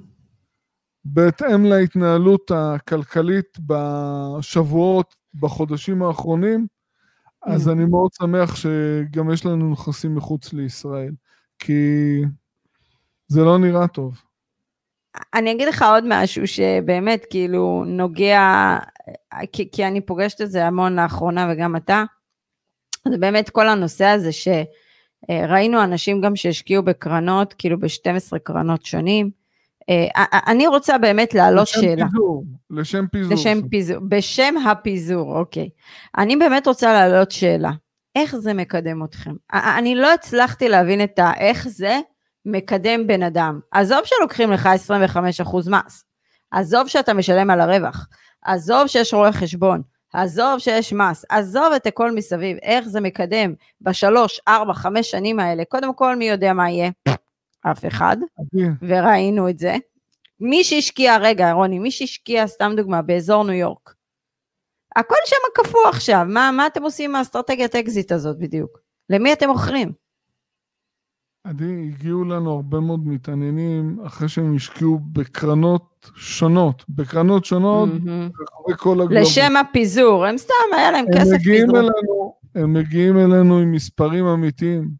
בהתאם להתנהלות הכלכלית בשבועות, בחודשים האחרונים, אז אני מאוד שמח שגם יש לנו נכסים מחוץ לישראל, כי זה לא נראה טוב. אני אגיד לך עוד משהו שבאמת כאילו נוגע, כי, כי אני פוגשת את זה המון לאחרונה וגם אתה, זה באמת כל הנושא הזה שראינו אנשים גם שהשקיעו בקרנות, כאילו ב-שתים עשרה קרנות שונים, אני רוצה באמת להעלות לשם שאלה. פיזור, לשם פיזור. לשם פיזור, בשם הפיזור, אוקיי. אני באמת רוצה להעלות שאלה, איך זה מקדם אתכם? אני לא הצלחתי להבין את ה, איך זה מקדם בן אדם. עזוב שלוקחים לך עשרים וחמישה אחוז מס, עזוב שאתה משלם על הרווח, עזוב שיש רואה חשבון, עזוב שיש מס, עזוב את הכל מסביב, איך זה מקדם בשלוש, ארבע, חמש שנים האלה, קודם כל מי יודע מה יהיה? אף אחד, וראינו את זה. מי שהשקיע, רגע רוני, מי שהשקיע, סתם דוגמה, באזור ניו יורק, הכל שם קפוא עכשיו, מה, מה אתם עושים מהאסטרטגיית אקזיט הזאת בדיוק? למי אתם מוכרים? עדי, הגיעו לנו הרבה מאוד מתעניינים, אחרי שהם השקיעו בקרנות שונות, בקרנות שונות, אחרי כל הגלובוס. לשם הפיזור, הם סתם, היה להם כסף פיזור. אלינו, הם מגיעים אלינו עם מספרים אמיתיים.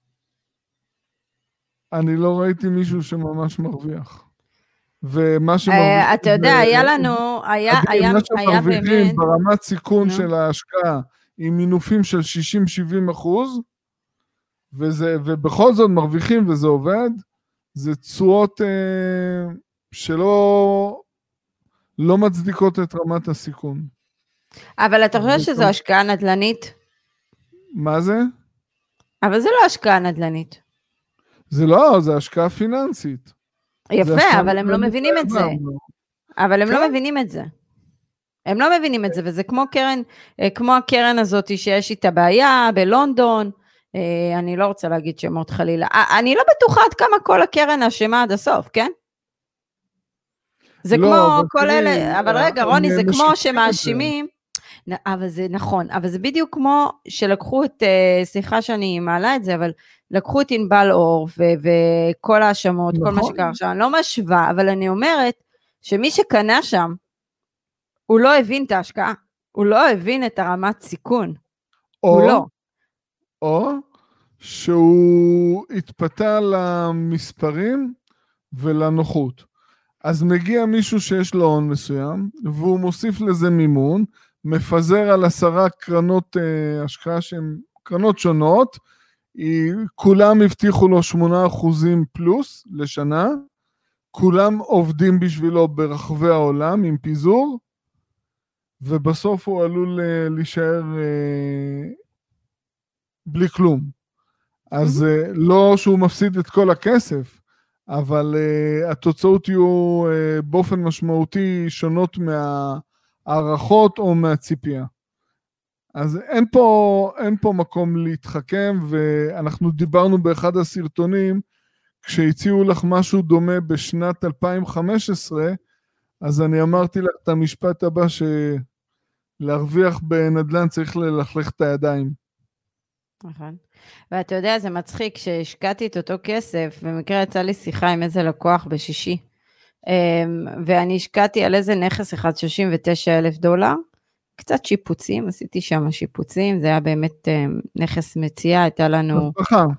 אני לא ראיתי מישהו שממש מרוויח. ומה שמרוויחים... אתה יודע, היה לנו, היה באמת... ברמת סיכון של ההשקעה, עם מינופים של שישים שבעים אחוז, וזה, ובכל זאת מרוויחים וזה עובד, זה צורות אה, שלא לא מצדיקות את רמת הסיכון. אבל אתה חושב שזו השקעה נדל"נית? מה זה? אבל זה לא השקעה נדל"נית. זה לא, זה השקעה פיננסית. יפה, אבל הם לא מבינים את זה. אבל הם לא מבינים את זה. הם לא מבינים את זה, וזה כמו קרן, כמו הקרן הזאת שיש איתה בעיה בלונדון, אני לא רוצה להגיד שמות חלילה, אני לא בטוחה עד כמה כל הקרן אשמה עד הסוף, כן? זה כמו כל אלה, אבל רגע רוני, זה כמו שמאשימים, אבל זה נכון, אבל זה בדיוק כמו שלקחו את, סליחה שאני מעלה את זה, אבל לקחו את ענבל אור, וכל האשמות, כל מה שקרה שם, אני לא משווה, אבל אני אומרת, שמי שקנה שם, הוא לא הבין את ההשקעה, הוא לא הבין את הרמת סיכון, הוא לא. או שהוא התפתה למספרים ולנוחות. אז מגיע מישהו שיש לו הון מסוים, והוא מוסיף לזה מימון, מפזר על עשרה קרנות אה, השקעה שהן קרנות שונות, היא, כולם הבטיחו לו שמונה אחוזים פלוס לשנה, כולם עובדים בשבילו ברחבי העולם עם פיזור, ובסוף הוא עלול אה, להישאר... אה, בלי כלום. אז uh, לא שהוא מפסיד את כל הכסף, אבל uh, התוצאות יהיו uh, באופן משמעותי שונות מהערכות או מהציפייה. אז אין פה, אין פה מקום להתחכם, ואנחנו דיברנו באחד הסרטונים, כשהציעו לך משהו דומה בשנת אלפיים וחמש עשרה, אז אני אמרתי לך את המשפט הבא, שלהרוויח בנדל"ן צריך ללכלך את הידיים. נכון, ואתה יודע, זה מצחיק, שהשקעתי את אותו כסף, במקרה יצא לי שיחה עם איזה לקוח בשישי, ואני השקעתי על איזה נכס אחד, שלושים ותשעה אלף דולר, קצת שיפוצים, עשיתי שם שיפוצים, זה היה באמת נכס מציאה, הייתה לנו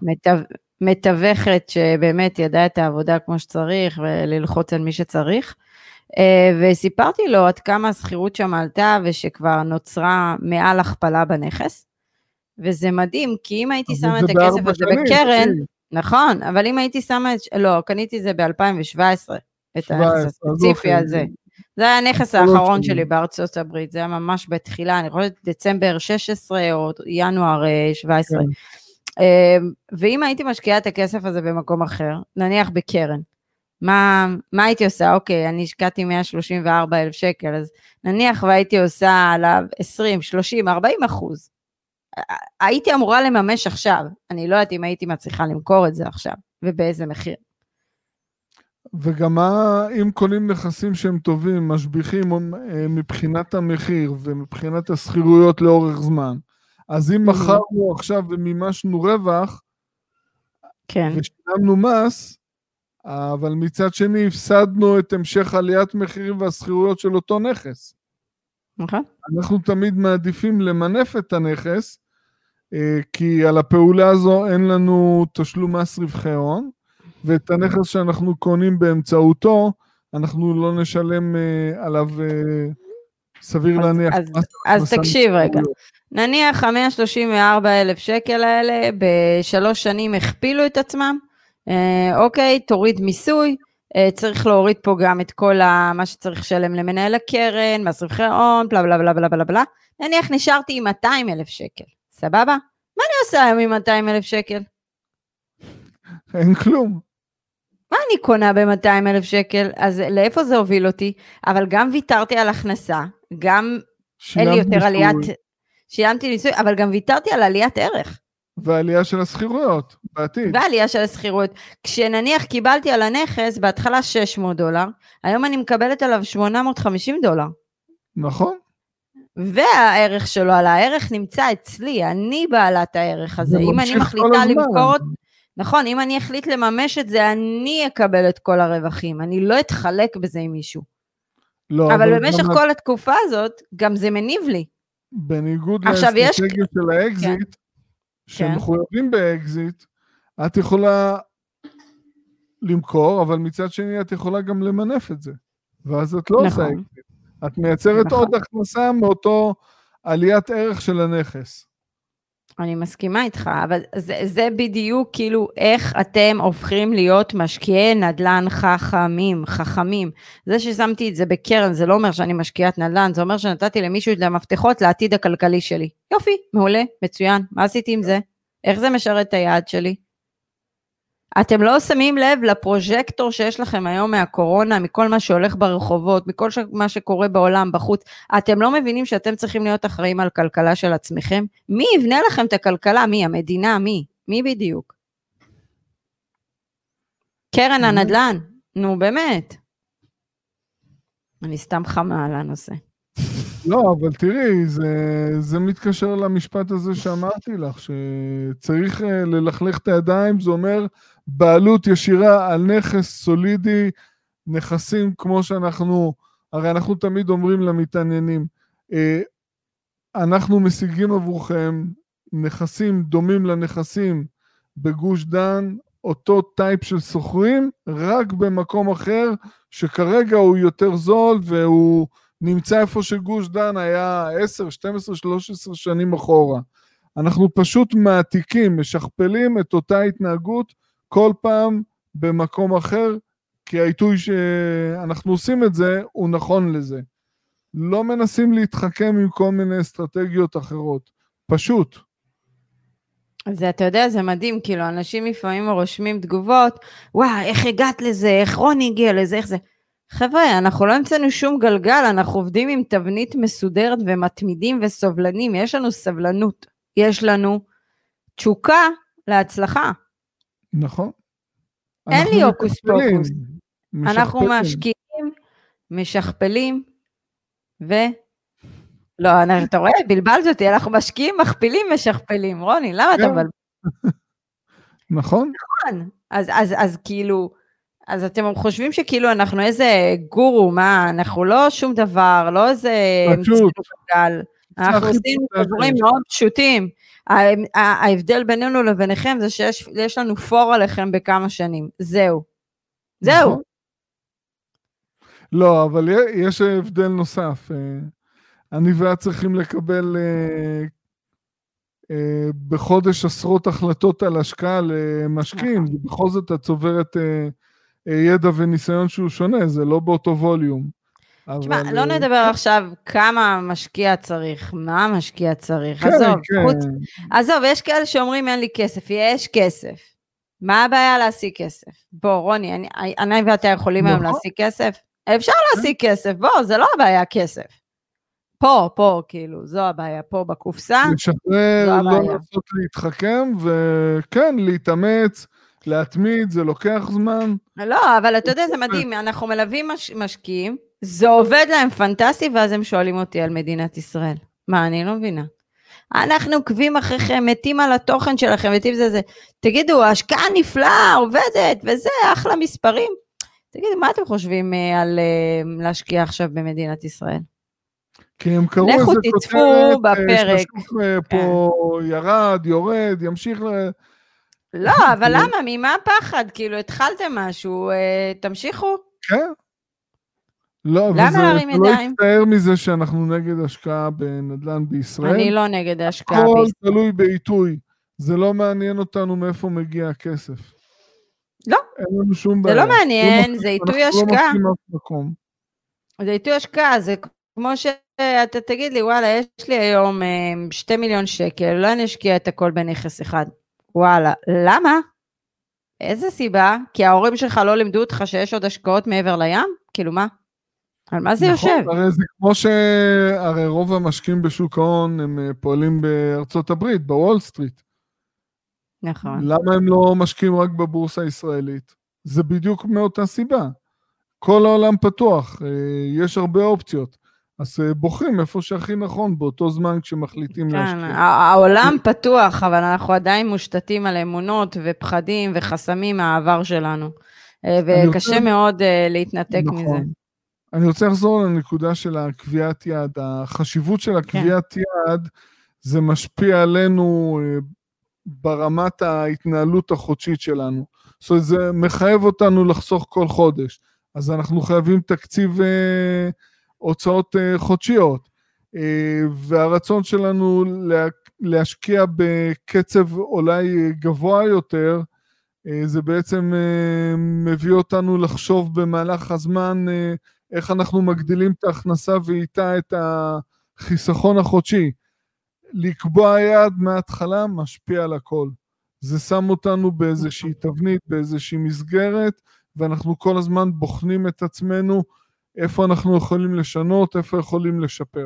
מתווכת, שבאמת ידעה את העבודה כמו שצריך, וללחוץ על מי שצריך, וסיפרתי לו עד כמה הסחירות שם עלתה, ושכבר נוצרה מעל הכפלה בנכס, וזה מדהים, כי אם הייתי שמה את הכסף הזה בקרן, נכון, אבל אם הייתי שמה, לא, קניתי זה ב-אלפיים שבע עשרה, את הנכס הספציפי הזה. זה היה הנכס האחרון שלי בארצות הברית, זה היה ממש בתחילה, אני חושבת דצמבר שש עשרה או ינואר שבע עשרה. ואם הייתי משקיעה את הכסף הזה במקום אחר, נניח בקרן, מה, מה הייתי עושה? אוקיי, אני השקעתי מאה שלושים וארבעה אלף שקל, אז נניח והייתי עושה עליו עשרים, שלושים, ארבעים אחוז. הייתי אמורה לממש עכשיו, אני לא יודעת אם הייתי מצליחה למכור את זה עכשיו, ובאיזה מחיר. וגם מה, אם קונים נכסים שהם טובים, משביחים מבחינת המחיר, ומבחינת הסחירויות לאורך זמן, אז אם מכרנו עכשיו ומימשנו רווח, כן. ושילמנו מס, אבל מצד שני הפסדנו את המשך עליית מחירים והסחירויות של אותו נכס. נכון. אנחנו תמיד מעדיפים למנף את הנכס, כי על הפעולה הזו אין לנו תשלום מס רווחי הון, ואת הנכס שאנחנו קונים באמצעותו, אנחנו לא נשלם עליו סביר אז, להניח. אז, אז תקשיב רגע, נניח חמש שלושים וארבע אלף שקל האלה, בשלוש שנים הכפילו את עצמם, אוקיי, תוריד מיסוי, צריך להוריד פה גם את כל מה שצריך לשלם למנהל הקרן, מס רווחי הון, בלה בלה בלה בלה בלה בלה, נניח נשארתי עם מאתיים אלף שקל, סבבה? מה אני עושה היום עם מאתיים אלף שקל? אין כלום. מה אני קונה ב-מאתיים אלף שקל? אז לאיפה זה הוביל אותי? אבל גם ויתרתי על הכנסה, גם אין לי יותר עליית, שילמתי ניסוי, אבל גם ויתרתי על עליית ערך. ועלייה של הסחירויות, בעתיד. ועלייה של הסחירויות. כשנניח קיבלתי על הנכס, בהתחלה שש מאות דולר, היום אני מקבלת עליו שמונה מאות וחמישים דולר. נכון. והערך שלו על הערך נמצא אצלי, אני בעלת הערך הזה. אם אני מחליטה למכור, נכון, אם אני אחליט לממש את זה, אני אקבל את כל הרווחים, אני לא אתחלק בזה עם מישהו. לא, אבל, אבל במשך כל את... התקופה הזאת, גם זה מניב לי. בניגוד לאסטרטגיה יש... של האקזיט, כן. שמחויבים כן. באקזיט, את יכולה למכור, אבל מצד שני את יכולה גם למנף את זה. ואז את לא נכון. עושה אקזיט. את מייצרת נכון. עוד הכנסה מאותו עליית ערך של הנכס. אני מסכימה איתך, אבל זה, זה בדיוק כאילו איך אתם הופכים להיות משקיעי נדל"ן חכמים, חכמים. זה ששמתי את זה בקרן, זה לא אומר שאני משקיעת נדל"ן, זה אומר שנתתי למישהו את המפתחות לעתיד הכלכלי שלי. יופי, מעולה, מצוין, מה עשיתי עם זה? איך זה משרת את היעד שלי? אתם לא שמים לב לפרוז'קטור שיש לכם היום מהקורונה, מכל מה שהולך ברחובות, מכל מה שקורה בעולם, בחוץ. אתם לא מבינים שאתם צריכים להיות אחראים על כלכלה של עצמכם? מי יבנה לכם את הכלכלה? מי? המדינה? מי? מי בדיוק? קרן הנדל"ן. נו, באמת. אני סתם חמה על הנושא. לא, אבל תראי, זה, זה מתקשר למשפט הזה שאמרתי לך, שצריך ללכלך את הידיים, זה אומר בעלות ישירה על נכס סולידי, נכסים כמו שאנחנו, הרי אנחנו תמיד אומרים למתעניינים, אנחנו משיגים עבורכם נכסים דומים לנכסים בגוש דן, אותו טייפ של סוחרים, רק במקום אחר, שכרגע הוא יותר זול והוא נמצא איפה שגוש דן היה עשר, שתים עשרה, שלוש עשרה שנים אחורה. אנחנו פשוט מעתיקים, משכפלים את אותה התנהגות כל פעם במקום אחר, כי העיתוי שאנחנו עושים את זה הוא נכון לזה. לא מנסים להתחכם עם כל מיני אסטרטגיות אחרות. פשוט. אז אתה יודע, זה מדהים, כאילו אנשים לפעמים רושמים תגובות, וואי, איך הגעת לזה, איך רוני הגיע לזה, איך זה... חבר'ה, אנחנו לא המצאנו שום גלגל, אנחנו עובדים עם תבנית מסודרת ומתמידים וסובלנים, יש לנו סבלנות, יש לנו תשוקה להצלחה. נכון. אין לי אוקוס פוקוס. אנחנו משקיעים, משכפלים, ו... לא, אתה רואה, בלבלת אותי, אנחנו משקיעים, מכפילים, משכפלים. רוני, למה אתה בלבל? נכון. נכון, אז, אז, אז כאילו... אז אתם חושבים שכאילו אנחנו איזה גורו, מה, אנחנו לא שום דבר, לא איזה... פשוט. אנחנו עושים דברים מאוד פשוטים. ההבדל בינינו לביניכם זה שיש לנו פור עליכם בכמה שנים. זהו. זהו. לא, אבל יש הבדל נוסף. אני ואת צריכים לקבל בחודש עשרות החלטות על השקעה למשקיעים, ובכל זאת את צוברת... ידע וניסיון שהוא שונה, זה לא באותו ווליום. תשמע, אבל... לא נדבר עכשיו כמה משקיע צריך, מה משקיע צריך, כן, עזוב, כן. חוץ, עזוב, יש כאלה שאומרים אין לי כסף, יש כסף, מה הבעיה להשיג כסף? בוא רוני, אני, אני ואתה יכולים היום להשיג כסף? אפשר להשיג כסף, בוא, זה לא הבעיה כסף. פה, פה, כאילו, זו הבעיה, פה בקופסה, לשחרר, לא לנסות להתחכם, וכן, להתאמץ, להתמיד, זה לוקח זמן. לא, אבל אתה יודע, זה מדהים, אנחנו מלווים מש, משקיעים, זה עובד להם פנטסטי, ואז הם שואלים אותי על מדינת ישראל. מה, אני לא מבינה. אנחנו עוקבים אחריכם, מתים על התוכן שלכם, מתים זה זה. תגידו, ההשקעה נפלאה, עובדת, וזה, אחלה מספרים. תגידו, מה אתם חושבים על להשקיע עכשיו במדינת ישראל? כי הם קראו איזה לכו תצפו בפרק. שהשוק פה ירד, יורד, ימשיך ל... לא, אבל למה? ממה הפחד? כאילו, התחלתם משהו, תמשיכו. כן. לא, למה להרים ידיים? לא יצטער מזה שאנחנו נגד השקעה בנדל"ן בישראל. אני לא נגד השקעה בישראל. בישראל. הכל תלוי בעיתוי. זה לא מעניין אותנו מאיפה מגיע הכסף. לא. אין לנו שום בעיה. זה לא מעניין, זה עיתוי השקעה. אנחנו לא מפנים אף מקום. זה עיתוי השקעה, זה כמו שאתה תגיד לי, וואלה, יש לי היום שתי מיליון שקל, לא נשקיע את הכל בנכס אחד. וואלה, למה? איזה סיבה? כי ההורים שלך לא לימדו אותך שיש עוד השקעות מעבר לים? כאילו מה? על מה זה נכון, יושב? הרי זה כמו שהרי רוב המשקיעים בשוק ההון הם פועלים בארצות הברית, בוול סטריט. נכון. למה הם לא משקיעים רק בבורסה הישראלית? זה בדיוק מאותה סיבה. כל העולם פתוח, יש הרבה אופציות. אז בוחרים איפה שהכי נכון באותו זמן כשמחליטים כן, להשקיע. העולם פתוח, אבל אנחנו עדיין מושתתים על אמונות ופחדים וחסמים מהעבר שלנו. וקשה רוצה... מאוד להתנתק נכון. מזה. אני רוצה לחזור לנקודה של הקביעת יעד. החשיבות של הקביעת כן. יעד, זה משפיע עלינו ברמת ההתנהלות החודשית שלנו. זאת אומרת, זה מחייב אותנו לחסוך כל חודש. אז אנחנו חייבים תקציב אה, הוצאות אה, חודשיות. אה, והרצון שלנו לה, להשקיע בקצב אולי גבוה יותר, אה, זה בעצם אה, מביא אותנו לחשוב במהלך הזמן, אה, איך אנחנו מגדילים את ההכנסה ואיתה את החיסכון החודשי. לקבוע יעד מההתחלה משפיע על הכל. זה שם אותנו באיזושהי תבנית, באיזושהי מסגרת, ואנחנו כל הזמן בוחנים את עצמנו, איפה אנחנו יכולים לשנות, איפה יכולים לשפר.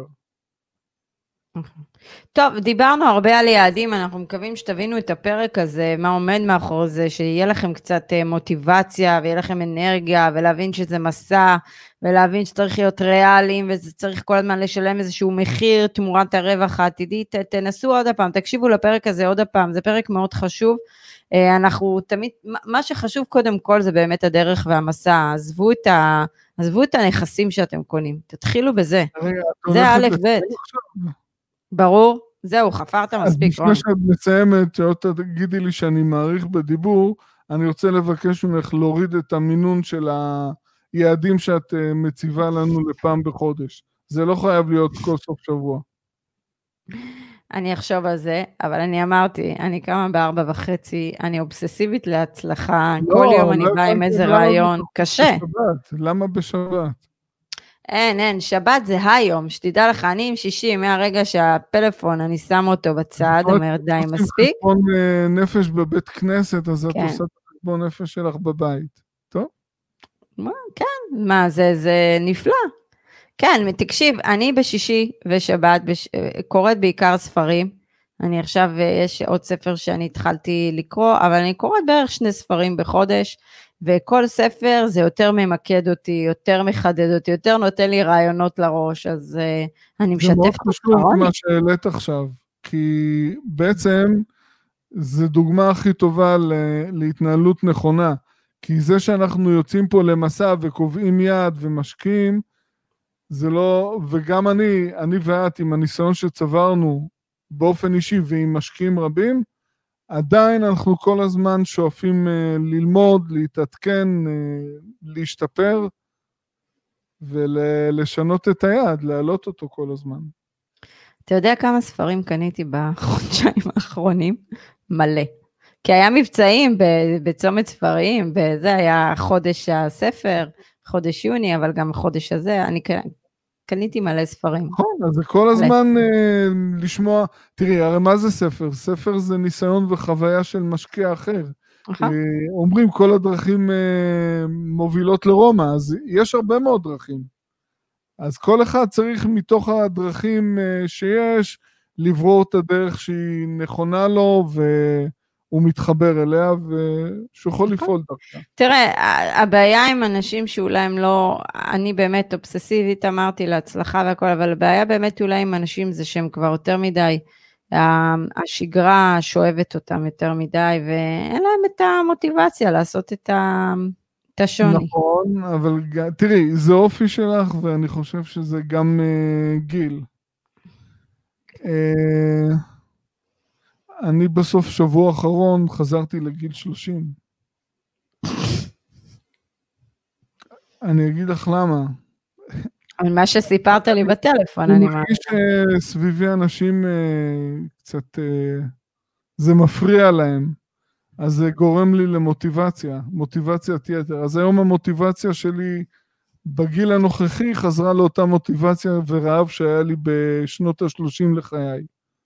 טוב, דיברנו הרבה על יעדים, אנחנו מקווים שתבינו את הפרק הזה, מה עומד מאחורי זה, שיהיה לכם קצת מוטיבציה, ויהיה לכם אנרגיה, ולהבין שזה מסע, ולהבין שצריך להיות ריאליים, וזה צריך כל הזמן לשלם איזשהו מחיר, תמורת הרווח העתידית, תנסו עוד הפעם, תקשיבו לפרק הזה עוד הפעם, זה פרק מאוד חשוב, אנחנו תמיד, מה שחשוב קודם כל זה באמת הדרך והמסע, עזבו את, ה, עזבו את הנכסים שאתם קונים, תתחילו בזה, זה א' ב'. ברור, זהו, חפרת מספיק. אז לפני שאת מסיימת, שאת תגידי לי שאני מעריך בדיבור, אני רוצה לבקש ממך להוריד את המינון של היעדים שאת מציבה לנו לפעם בחודש. זה לא חייב להיות כל סוף שבוע. אני אחשוב על זה, אבל אני אמרתי, אני קמה בארבע וחצי, אני אובססיבית להצלחה, לא, כל יום אני באה עם איזה רעיון, קשה. בשבת, למה בשבת? אין, אין, שבת זה היום, שתדע לך, אני עם שישי, מהרגע שהפלאפון, אני שם אותו בצד, אומרת די, מספיק. חשבון נפש בבית כנסת, אז את עושה את חשבון נפש שלך בבית, טוב? כן, מה, זה נפלא. כן, תקשיב, אני בשישי ושבת, קוראת בעיקר ספרים, אני עכשיו, יש עוד ספר שאני התחלתי לקרוא, אבל אני קוראת בערך שני ספרים בחודש, וכל ספר זה יותר ממקד אותי, יותר מחדד אותי, יותר נותן לי רעיונות לראש, אז uh, אני משתפת. זה מאוד חשוב מה שהעלית עכשיו, כי בעצם זה דוגמה הכי טובה להתנהלות נכונה, כי זה שאנחנו יוצאים פה למסע וקובעים יד ומשקיעים, זה לא, וגם אני, אני ואת עם הניסיון שצברנו באופן אישי ועם משקיעים רבים, עדיין אנחנו כל הזמן שואפים uh, ללמוד, להתעדכן, uh, להשתפר, ולשנות את היד, להעלות אותו כל הזמן. אתה יודע כמה ספרים קניתי בחודשיים האחרונים? מלא. כי היה מבצעים בצומת ספרים, וזה היה חודש הספר, חודש יוני, אבל גם חודש הזה, אני קניתי מלא ספרים. נכון, אז זה כל הזמן אה, לשמוע, תראי, הרי מה זה ספר? ספר זה ניסיון וחוויה של משקיע אחר. אה, אומרים כל הדרכים אה, מובילות לרומא, אז יש הרבה מאוד דרכים. אז כל אחד צריך מתוך הדרכים אה, שיש, לברור את הדרך שהיא נכונה לו, ו... הוא מתחבר אליה, ושהוא יכול לפעול דווקא. תראה, הבעיה עם אנשים שאולי הם לא, אני באמת אובססיבית, אמרתי להצלחה והכל, אבל הבעיה באמת אולי עם אנשים זה שהם כבר יותר מדי, השגרה שואבת אותם יותר מדי, ואין להם את המוטיבציה לעשות את, ה, את השוני. נכון, אבל תראי, זה אופי שלך, ואני חושב שזה גם uh, גיל. Uh, אני בסוף שבוע האחרון חזרתי לגיל שלושים. אני אגיד לך למה. על מה שסיפרת לי בטלפון, אני מרגיש סביבי אנשים קצת, זה מפריע להם, אז זה גורם לי למוטיבציה, מוטיבציית יתר. אז היום המוטיבציה שלי בגיל הנוכחי חזרה לאותה מוטיבציה ורעב שהיה לי בשנות ה-שלושים לחיי.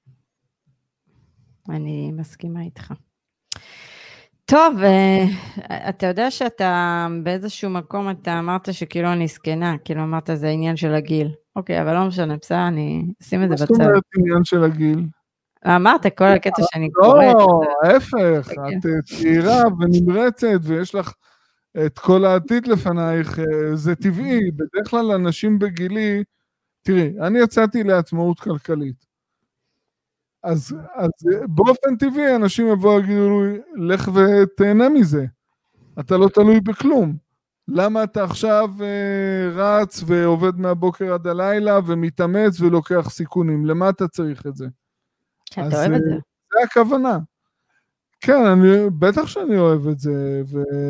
אני מסכימה איתך. טוב, אתה יודע שאתה באיזשהו מקום, אתה אמרת שכאילו אני זקנה, כאילו אמרת זה העניין של הגיל. אוקיי, אבל לא משנה, בסדר, אני אשים את זה בצד. מה זאת אומרת עניין של הגיל? אמרת כל הקטע שאני קוראת. לא, ההפך, את צעירה ונמרצת, ויש לך את כל העתיד לפנייך, זה טבעי, בדרך כלל אנשים בגילי, תראי, אני יצאתי לעצמאות כלכלית. אז, אז באופן טבעי אנשים יבואו יגידו, לך ותהנה מזה. אתה לא תלוי בכלום. למה אתה עכשיו אה, רץ ועובד מהבוקר עד הלילה ומתאמץ ולוקח סיכונים? למה אתה צריך את זה? אתה אוהב את זה. זה הכוונה. כן, אני, בטח שאני אוהב את זה,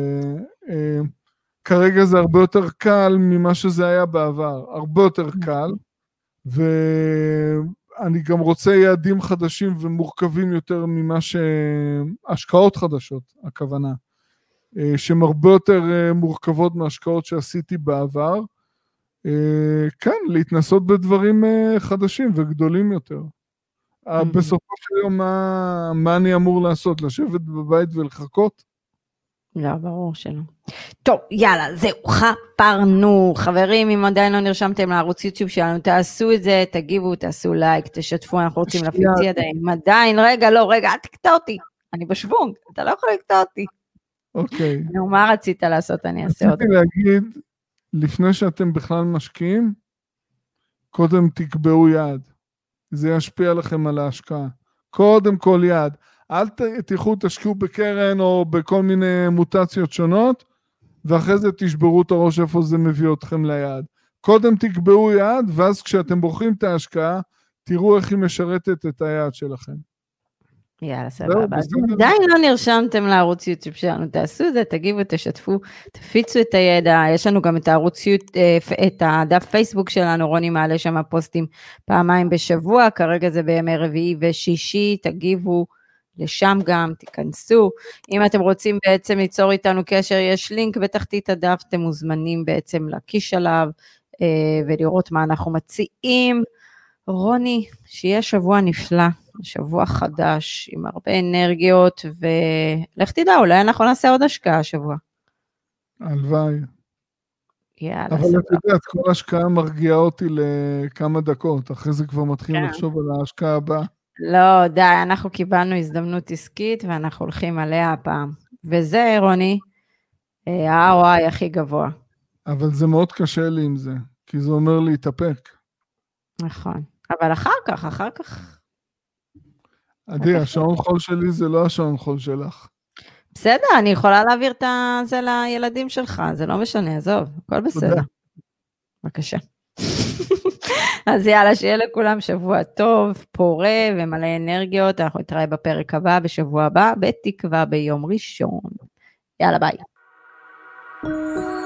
וכרגע אה, זה הרבה יותר קל ממה שזה היה בעבר. הרבה יותר קל, ו... אני גם רוצה יעדים חדשים ומורכבים יותר ממה שהשקעות חדשות, הכוונה, שהן הרבה יותר מורכבות מהשקעות שעשיתי בעבר, כן, להתנסות בדברים חדשים וגדולים יותר. בסופו של יום, מה, מה אני אמור לעשות? לשבת בבית ולחכות? לא, ברור שלא. טוב, יאללה, זהו, חפרנו. חברים, אם עדיין לא נרשמתם לערוץ יוטיוב שלנו, תעשו את זה, תגיבו, תעשו לייק, תשתפו, אנחנו רוצים להפיץ ידיים. עדיין, רגע, לא, רגע, אל תקטע אותי. אני בשוונג, אתה לא יכול לקטע אותי. אוקיי. נו, מה רצית לעשות? אני אעשה עוד. רציתי להגיד, לפני שאתם בכלל משקיעים, קודם תקבעו יעד. זה ישפיע לכם על ההשקעה. קודם כל יעד. אל תלכו, תשקיעו בקרן או בכל מיני מוטציות שונות, ואחרי זה תשברו את הראש איפה זה מביא אתכם ליעד. קודם תקבעו יעד, ואז כשאתם בוחרים את ההשקעה, תראו איך היא משרתת את היעד שלכם. יאללה, סבבה. עדיין לא נרשמתם לערוץ יוטיוב שלנו, תעשו את זה, תגיבו, תשתפו, תפיצו את הידע, יש לנו גם את הערוץ יוטיוב, את הדף פייסבוק שלנו, רוני מעלה שם פוסטים פעמיים בשבוע, כרגע זה בימי רביעי ושישי, תגיבו, לשם גם, תיכנסו, אם אתם רוצים בעצם ליצור איתנו קשר, יש לינק בתחתית הדף, אתם מוזמנים בעצם להקיש עליו, ולראות מה אנחנו מציעים. רוני, שיהיה שבוע נפלא, שבוע חדש, עם הרבה אנרגיות, ולך תדע, אולי אנחנו נעשה עוד השקעה השבוע. הלוואי. יאללה, אבל סבבה. את יודעת, כל השקעה מרגיעה אותי לכמה דקות, אחרי זה כבר מתחיל כן. לחשוב על ההשקעה הבאה. לא, די, אנחנו קיבלנו הזדמנות עסקית, ואנחנו הולכים עליה הפעם. וזה, רוני, ה-אר או איי הכי גבוה. אבל זה מאוד קשה לי עם זה, כי זה אומר להתאפק. נכון. אבל אחר כך, אחר כך. עדי, השעון חול שלי זה לא השעון חול שלך. בסדר, אני יכולה להעביר את זה לילדים שלך, זה לא משנה, עזוב, הכל בסדר. בבקשה. אז יאללה, שיהיה לכולם שבוע טוב, פורה ומלא אנרגיות, אנחנו נתראה בפרק הבא, בשבוע הבא, בתקווה ביום ראשון. יאללה, ביי.